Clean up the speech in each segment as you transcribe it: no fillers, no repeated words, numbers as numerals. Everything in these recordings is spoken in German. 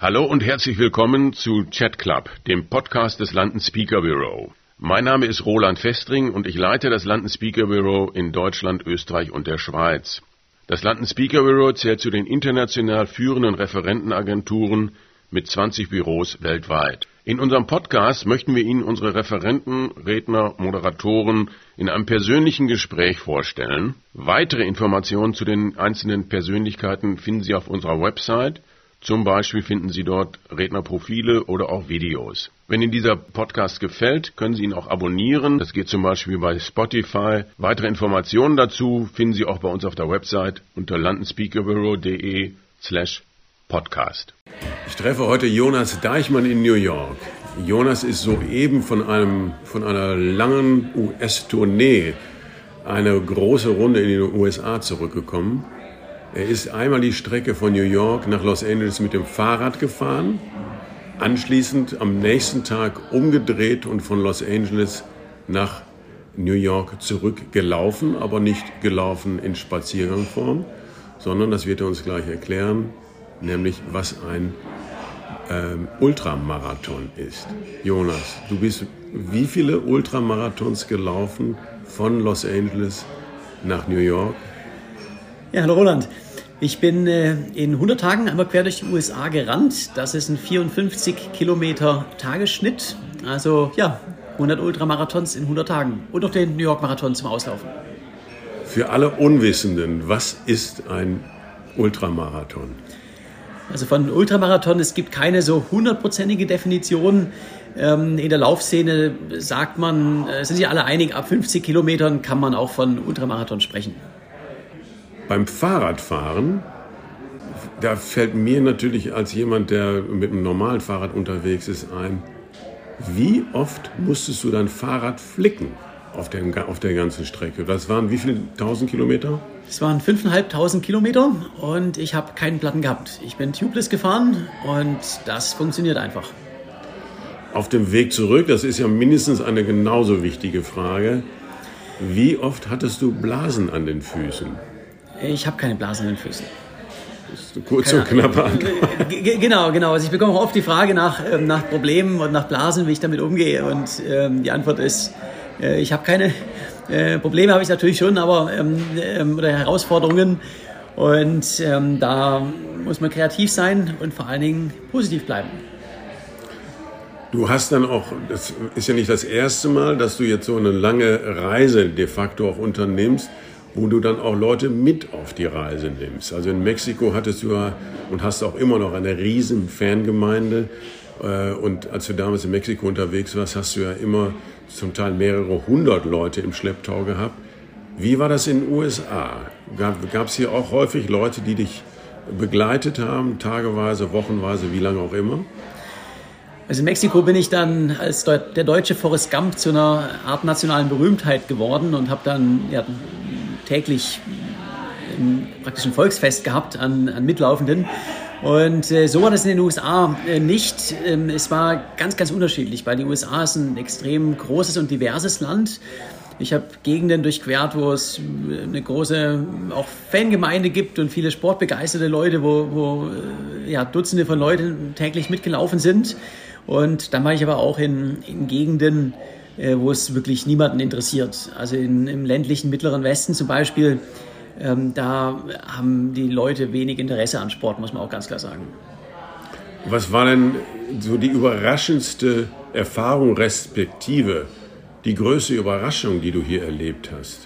Hallo und herzlich willkommen zu Chat Club, dem Podcast des London Speaker Bureau. Mein Name ist Roland Festring und ich leite das London Speaker Bureau in Deutschland, Österreich und der Schweiz. Das London Speaker Bureau zählt zu den international führenden Referentenagenturen mit 20 Büros weltweit. In unserem Podcast möchten wir Ihnen unsere Referenten, Redner, Moderatoren in einem persönlichen Gespräch vorstellen. Weitere Informationen zu den einzelnen Persönlichkeiten finden Sie auf unserer Website. Zum Beispiel finden Sie dort Rednerprofile oder auch Videos. Wenn Ihnen dieser Podcast gefällt, können Sie ihn auch abonnieren. Das geht zum Beispiel bei Spotify. Weitere Informationen dazu finden Sie auch bei uns auf der Website unter londonspeakerbureau.de/podcast. Ich treffe heute Jonas Deichmann in New York. Jonas ist soeben von einer langen US-Tournee, eine große Runde in den USA zurückgekommen. Er ist einmal die Strecke von New York nach Los Angeles mit dem Fahrrad gefahren, anschließend am nächsten Tag umgedreht und von Los Angeles nach New York zurückgelaufen, aber nicht gelaufen in Spaziergangform, sondern, das wird er uns gleich erklären, nämlich was ein Ultramarathon ist. Jonas, du bist wie viele Ultramarathons gelaufen von Los Angeles nach New York? Ja, hallo Roland. Ich bin in 100 Tagen einmal quer durch die USA gerannt. Das ist ein 54 Kilometer Tagesschnitt. Also ja, 100 Ultramarathons in 100 Tagen. Und noch den New York Marathon zum Auslaufen. Für alle Unwissenden, was ist ein Ultramarathon? Also von Ultramarathon, es gibt keine so 100%ige Definition. In der Laufszene sagt man, sind sich alle einig, ab 50 Kilometern kann man auch von Ultramarathon sprechen. Beim Fahrradfahren, da fällt mir natürlich als jemand, der mit einem normalen Fahrrad unterwegs ist, ein, wie oft musstest du dein Fahrrad flicken auf der ganzen Strecke? Das waren wie viele 1000 Kilometer? Es waren 5.500 Kilometer und ich habe keinen Platten gehabt. Ich bin tubeless gefahren und das funktioniert einfach. Auf dem Weg zurück, das ist ja mindestens eine genauso wichtige Frage, wie oft hattest du Blasen an den Füßen? Ich habe keine Blasen in den Füßen. Das ist eine kurze und knappe Antwort. Genau. Also ich bekomme auch oft die Frage nach Problemen und nach Blasen, wie ich damit umgehe. Und die Antwort ist, ich habe keine Probleme, habe ich natürlich schon, aber oder Herausforderungen. Und da muss man kreativ sein und vor allen Dingen positiv bleiben. Du hast dann auch, das ist ja nicht das erste Mal, dass du jetzt so eine lange Reise de facto auch unternimmst, wo du dann auch Leute mit auf die Reise nimmst. Also in Mexiko hattest du ja und hast auch immer noch eine riesen Fangemeinde. Und als du damals in Mexiko unterwegs warst, hast du ja immer zum Teil mehrere hundert Leute im Schlepptau gehabt. Wie war das in den USA? Gab es hier auch häufig Leute, die dich begleitet haben, tageweise, wochenweise, wie lange auch immer? Also in Mexiko bin ich dann als der deutsche Forrest Gump zu einer Art nationalen Berühmtheit geworden und habe dann täglich praktisch ein Volksfest gehabt an Mitlaufenden. Und so war das in den USA nicht. Es war ganz, ganz unterschiedlich, weil die USA ist ein extrem großes und diverses Land. Ich habe Gegenden durchquert, wo es eine große auch Fangemeinde gibt und viele sportbegeisterte Leute, wo Dutzende von Leuten täglich mitgelaufen sind. Und dann war ich aber auch in Gegenden, wo es wirklich niemanden interessiert. Also im ländlichen Mittleren Westen zum Beispiel, da haben die Leute wenig Interesse an Sport, muss man auch ganz klar sagen. Was war denn so die überraschendste Erfahrung respektive die größte Überraschung, die du hier erlebt hast?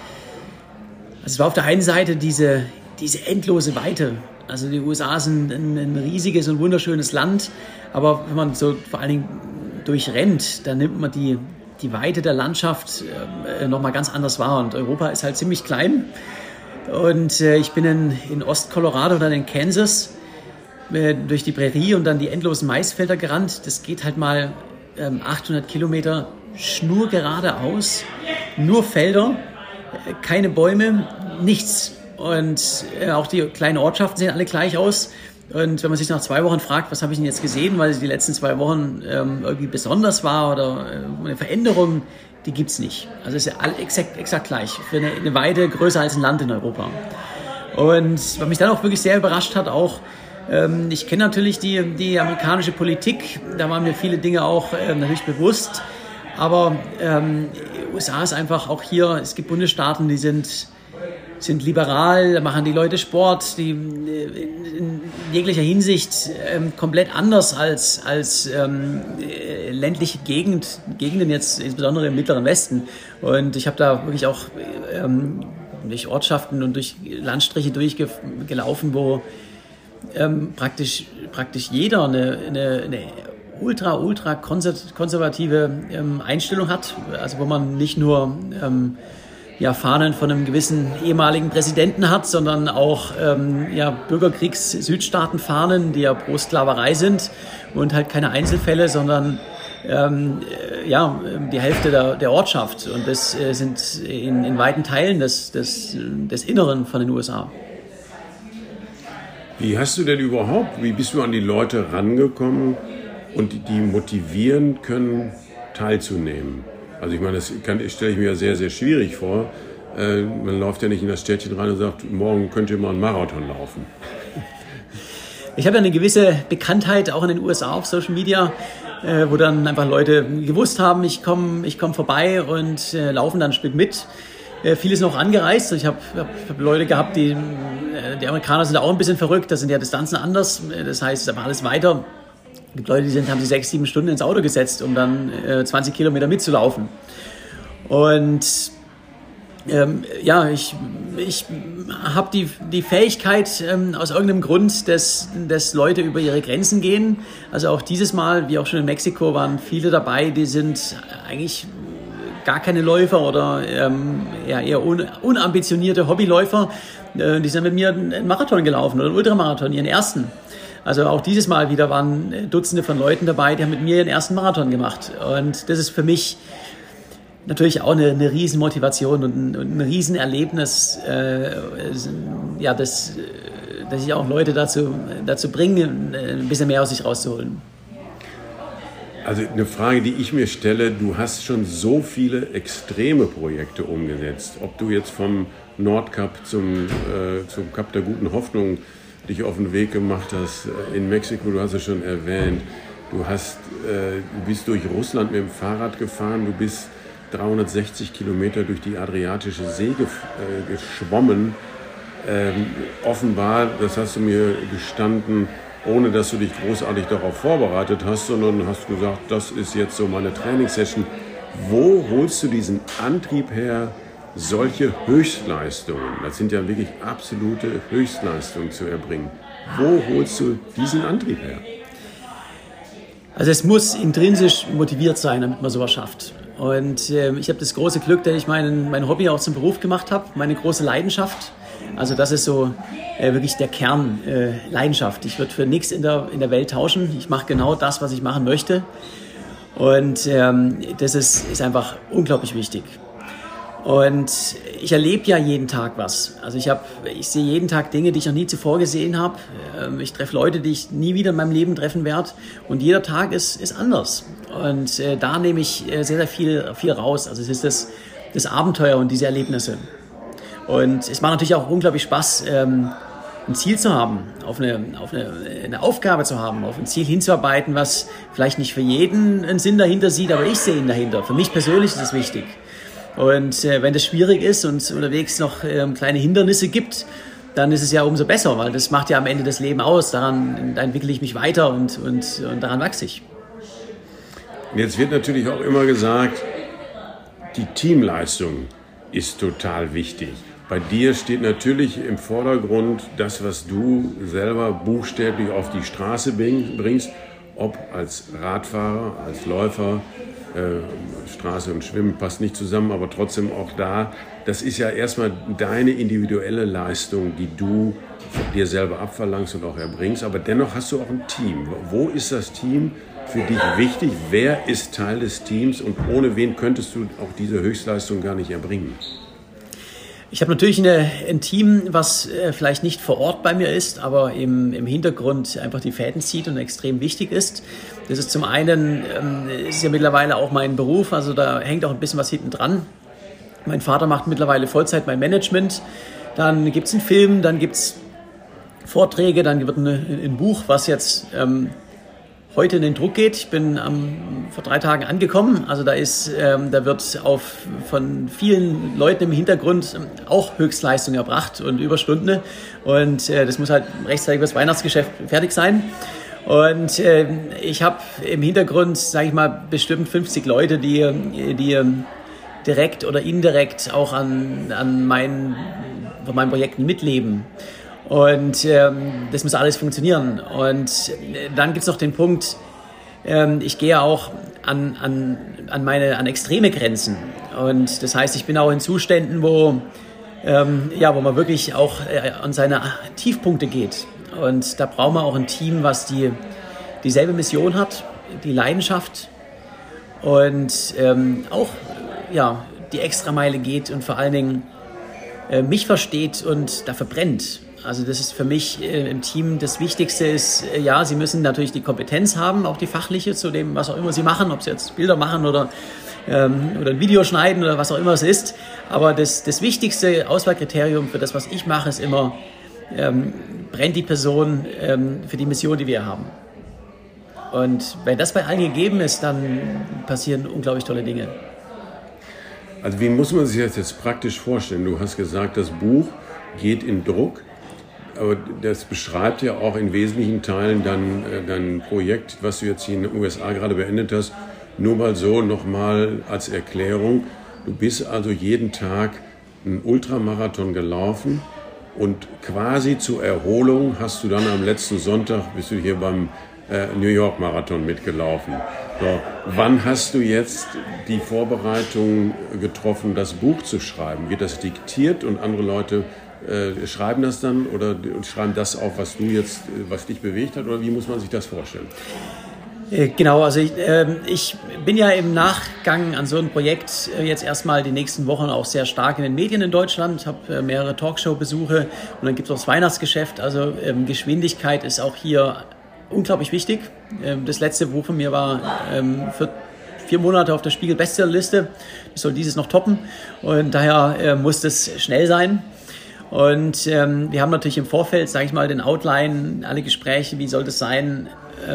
Also es war auf der einen Seite diese endlose Weite. Also die USA sind ein riesiges und wunderschönes Land, aber wenn man so vor allen Dingen durchrennt, dann nimmt man die Weite der Landschaft nochmal ganz anders wahr. Und Europa ist halt ziemlich klein. Und ich bin in Ost-Colorado, dann in Kansas, durch die Prärie und dann die endlosen Maisfelder gerannt. Das geht halt mal 800 Kilometer schnurgeradeaus, nur Felder, keine Bäume, nichts. Und auch die kleinen Ortschaften sehen alle gleich aus. Und wenn man sich nach 2 Wochen fragt, was habe ich denn jetzt gesehen, weil die letzten 2 Wochen irgendwie besonders war oder eine Veränderung, die gibt es nicht. Also es ist ja alle exakt gleich, für eine Weite größer als ein Land in Europa. Und was mich dann auch wirklich sehr überrascht hat, auch Ich kenne natürlich die amerikanische Politik, da waren mir viele Dinge auch natürlich bewusst, aber USA ist einfach auch hier, es gibt Bundesstaaten, die sind liberal, da machen die Leute Sport, die in jeglicher Hinsicht komplett anders als ländliche Gegenden jetzt, insbesondere im Mittleren Westen. Und ich habe da wirklich auch durch Ortschaften und durch Landstriche durchgelaufen, wo praktisch jeder eine ultra konservative Einstellung hat, also wo man nicht nur Fahnen von einem gewissen ehemaligen Präsidenten hat, sondern auch Bürgerkriegs-Südstaaten-Fahnen, die ja pro Sklaverei sind und halt keine Einzelfälle, sondern die Hälfte der Ortschaft, und das sind in weiten Teilen des Inneren von den USA. Wie hast du denn überhaupt, wie bist du an die Leute rangekommen und die motivieren können, teilzunehmen? Also ich meine, das stelle ich mir ja sehr, sehr schwierig vor. Man läuft ja nicht in das Städtchen rein und sagt, morgen könnt ihr mal einen Marathon laufen. Ich habe ja eine gewisse Bekanntheit auch in den USA auf Social Media, wo dann einfach Leute gewusst haben, ich komm vorbei und laufen dann ein Stück mit. Vieles noch angereist. Ich hab Leute gehabt, die Amerikaner sind auch ein bisschen verrückt, da sind ja Distanzen anders. Das heißt, es ist aber alles weiter. Es gibt Leute, haben sich 6-7 Stunden ins Auto gesetzt, um dann 20 Kilometer mitzulaufen. Und ich habe die Fähigkeit, aus irgendeinem Grund, dass Leute über ihre Grenzen gehen. Also auch dieses Mal, wie auch schon in Mexiko, waren viele dabei, die sind eigentlich gar keine Läufer oder eher unambitionierte Hobbyläufer. Die sind mit mir einen Marathon gelaufen oder einen Ultramarathon, ihren ersten. Also auch dieses Mal wieder waren Dutzende von Leuten dabei, die haben mit mir ihren ersten Marathon gemacht. Und das ist für mich natürlich auch eine Riesenmotivation und ein Riesenerlebnis, dass ich auch Leute dazu bringe, ein bisschen mehr aus sich rauszuholen. Also eine Frage, die ich mir stelle, du hast schon so viele extreme Projekte umgesetzt. Ob du jetzt vom Nordkap zum Kap der Guten Hoffnung dich auf den Weg gemacht hast, in Mexiko, du hast es schon erwähnt, du bist durch Russland mit dem Fahrrad gefahren, du bist 360 Kilometer durch die Adriatische See geschwommen. Offenbar, das hast du mir gestanden, ohne dass du dich großartig darauf vorbereitet hast, sondern hast gesagt, das ist jetzt so meine Trainingssession. Wo holst du diesen Antrieb her, solche Höchstleistungen, das sind ja wirklich absolute Höchstleistungen zu erbringen. Wo holst du diesen Antrieb her? Also es muss intrinsisch motiviert sein, damit man sowas schafft. Und ich habe das große Glück, dass ich mein Hobby auch zum Beruf gemacht habe, meine große Leidenschaft. Also das ist so wirklich der Kern, Leidenschaft. Ich würde für nichts in der Welt tauschen. Ich mache genau das, was ich machen möchte. Und das ist einfach unglaublich wichtig. Und ich erlebe ja jeden Tag was. Also ich sehe jeden Tag Dinge, die ich noch nie zuvor gesehen habe. Ich treffe Leute, die ich nie wieder in meinem Leben treffen werde. Und jeder Tag ist anders. Und da nehme ich sehr, sehr viel raus. Also es ist das Abenteuer und diese Erlebnisse. Und es macht natürlich auch unglaublich Spaß, ein Ziel zu haben, auf eine Aufgabe zu haben, auf ein Ziel hinzuarbeiten, was vielleicht nicht für jeden einen Sinn dahinter sieht, aber ich sehe ihn dahinter. Für mich persönlich ist es wichtig. Und wenn das schwierig ist und es unterwegs noch kleine Hindernisse gibt, dann ist es ja umso besser, weil das macht ja am Ende das Leben aus. Da entwickle ich mich weiter und daran wachse ich. Jetzt wird natürlich auch immer gesagt, die Teamleistung ist total wichtig. Bei dir steht natürlich im Vordergrund das, was du selber buchstäblich auf die Straße bringst, ob als Radfahrer, als Läufer. Straße und Schwimmen passt nicht zusammen, aber trotzdem auch da, das ist ja erstmal deine individuelle Leistung, die du dir selber abverlangst und auch erbringst, aber dennoch hast du auch ein Team. Wo ist das Team für dich wichtig? Wer ist Teil des Teams und ohne wen könntest du auch diese Höchstleistung gar nicht erbringen? Ich habe natürlich ein Team, was vielleicht nicht vor Ort bei mir ist, aber im Hintergrund einfach die Fäden zieht und extrem wichtig ist. Das ist zum einen, ist ja mittlerweile auch mein Beruf, also da hängt auch ein bisschen was hinten dran. Mein Vater macht mittlerweile Vollzeit mein Management. Dann gibt es einen Film, dann gibt es Vorträge, dann wird ein Buch, was jetzt heute in den Druck geht. Ich bin vor 3 Tagen angekommen. Also da wird von vielen Leuten im Hintergrund auch Höchstleistung erbracht und Überstunden. Und das muss halt rechtzeitig fürs Weihnachtsgeschäft fertig sein. Und ich habe im Hintergrund, sage ich mal, bestimmt 50 Leute, die direkt oder indirekt auch von meinen Projekten mitleben. Und das muss alles funktionieren. Und dann gibt es noch den Punkt, ich gehe auch an extreme Grenzen. Und das heißt, ich bin auch in Zuständen, wo man wirklich auch an seine Tiefpunkte geht. Und da braucht man auch ein Team, was dieselbe Mission hat, die Leidenschaft und auch die Extrameile geht und vor allen Dingen mich versteht und dafür brennt. Also das ist für mich im Team das Wichtigste ist, sie müssen natürlich die Kompetenz haben, auch die fachliche zu dem, was auch immer sie machen, ob sie jetzt Bilder machen oder ein Video schneiden oder was auch immer es ist. Aber das wichtigste Auswahlkriterium für das, was ich mache, ist immer, brennt die Person für die Mission, die wir haben. Und wenn das bei allen gegeben ist, dann passieren unglaublich tolle Dinge. Also wie muss man sich das jetzt praktisch vorstellen? Du hast gesagt, das Buch geht in Druck. Aber das beschreibt ja auch in wesentlichen Teilen dein Projekt, was du jetzt hier in den USA gerade beendet hast. Nur mal so nochmal als Erklärung. Du bist also jeden Tag einen Ultramarathon gelaufen und quasi zur Erholung hast du dann am letzten Sonntag, bist du hier beim New York Marathon mitgelaufen. So, wann hast du jetzt die Vorbereitung getroffen, das Buch zu schreiben? Wird das diktiert und andere Leute schreiben das dann oder schreiben das auf, was dich bewegt hat, oder wie muss man sich das vorstellen? Genau, also ich bin ja im Nachgang an so ein Projekt jetzt erstmal die nächsten Wochen auch sehr stark in den Medien in Deutschland, habe mehrere Talkshow-Besuche und dann gibt es auch das Weihnachtsgeschäft, also Geschwindigkeit ist auch hier unglaublich wichtig. Das letzte Buch von mir war für 4 Monate auf der Spiegel-Bestsellerliste, das soll dieses noch toppen und daher muss das schnell sein. Und wir haben natürlich im Vorfeld, sage ich mal, den Outline, alle Gespräche, wie soll das sein,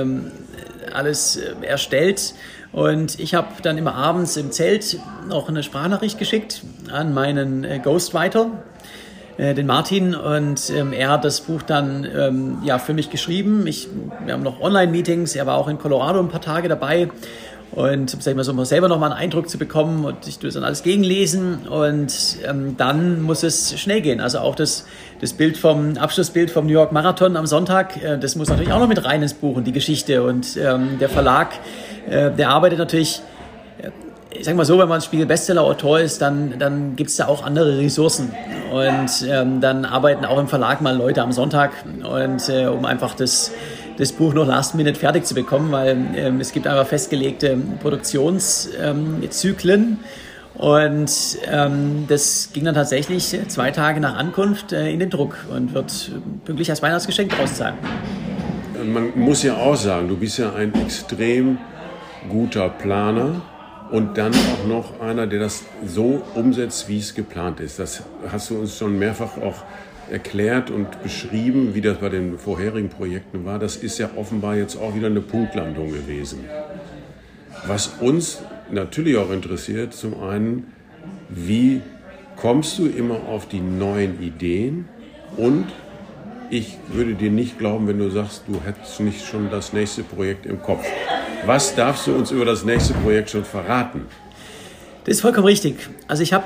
alles erstellt. Und ich habe dann immer abends im Zelt noch eine Sprachnachricht geschickt an meinen Ghostwriter, den Martin. Und er hat das Buch dann für mich geschrieben. Wir haben noch Online-Meetings, er war auch in Colorado ein paar Tage dabei. Und sag ich mal so, um selber nochmal einen Eindruck zu bekommen und ich tue das dann alles gegenlesen und dann muss es schnell gehen. Also auch das Abschlussbild vom New York Marathon am Sonntag, das muss natürlich auch noch mit rein ins Buch und die Geschichte und der Verlag, der arbeitet natürlich, ich sag mal so, wenn man Spiegel-Bestseller-Autor ist, dann gibt es da auch andere Ressourcen und dann arbeiten auch im Verlag mal Leute am Sonntag und um einfach das Buch noch last minute fertig zu bekommen, weil es gibt einfach festgelegte Produktionszyklen und das ging dann tatsächlich 2 Tage nach Ankunft in den Druck und wird pünktlich als Weihnachtsgeschenk draus sein. Man muss ja auch sagen, du bist ja ein extrem guter Planer und dann auch noch einer, der das so umsetzt, wie es geplant ist. Das hast du uns schon mehrfach auch erklärt und beschrieben, wie das bei den vorherigen Projekten war. Das ist ja offenbar jetzt auch wieder eine Punktlandung gewesen. Was uns natürlich auch interessiert, zum einen, wie kommst du immer auf die neuen Ideen? Und ich würde dir nicht glauben, wenn du sagst, du hättest nicht schon das nächste Projekt im Kopf. Was darfst du uns über das nächste Projekt schon verraten? Das ist vollkommen richtig. Also ich habe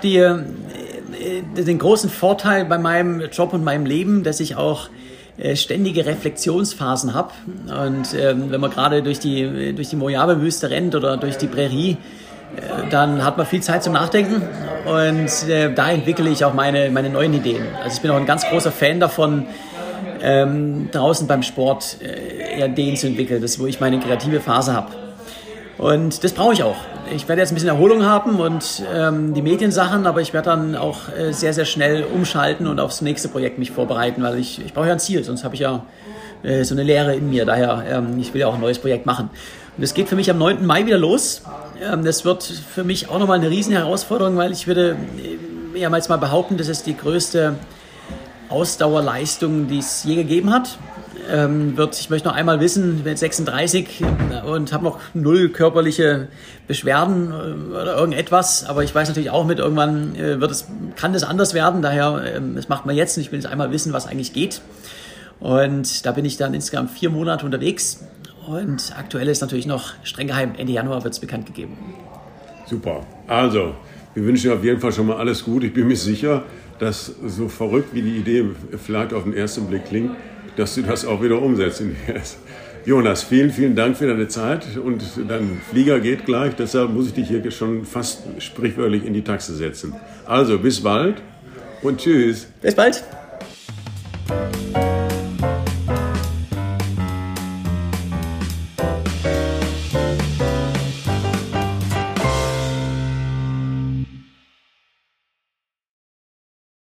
den großen Vorteil bei meinem Job und meinem Leben, dass ich auch ständige Reflexionsphasen habe. Und wenn man gerade durch die Mojave-Wüste rennt oder durch die Prärie, dann hat man viel Zeit zum Nachdenken. Und da entwickle ich auch meine neuen Ideen. Also ich bin auch ein ganz großer Fan davon, draußen beim Sport eher Ideen zu entwickeln, das wo ich meine kreative Phase habe. Und das brauche ich auch. Ich werde jetzt ein bisschen Erholung haben und die Mediensachen, aber ich werde dann auch sehr, sehr schnell umschalten und aufs nächste Projekt mich vorbereiten, weil ich brauche ja ein Ziel, sonst habe ich ja so eine Leere in mir. Daher, ich will ja auch ein neues Projekt machen. Und es geht für mich am 9. Mai wieder los. Das wird für mich auch nochmal eine riesen Herausforderung, weil ich würde jetzt mal behaupten, das ist die größte Ausdauerleistung, die es je gegeben hat. Ich möchte noch einmal wissen, ich bin jetzt 36 und habe noch 0 körperliche Beschwerden oder irgendetwas, aber ich weiß natürlich auch irgendwann kann das anders werden, daher, das macht man jetzt und ich will jetzt einmal wissen, was eigentlich geht. Und da bin ich dann insgesamt 4 Monate unterwegs und aktuell ist natürlich noch streng geheim, Ende Januar wird es bekannt gegeben. Super, also wir wünschen dir auf jeden Fall schon mal alles gut. Ich bin mir sicher, dass so verrückt wie die Idee vielleicht auf den ersten Blick klingt, dass du das auch wieder umsetzen wirst. Jonas, vielen, vielen Dank für deine Zeit und dein Flieger geht gleich, deshalb muss ich dich hier schon fast sprichwörtlich in die Taxe setzen. Also bis bald und tschüss. Bis bald.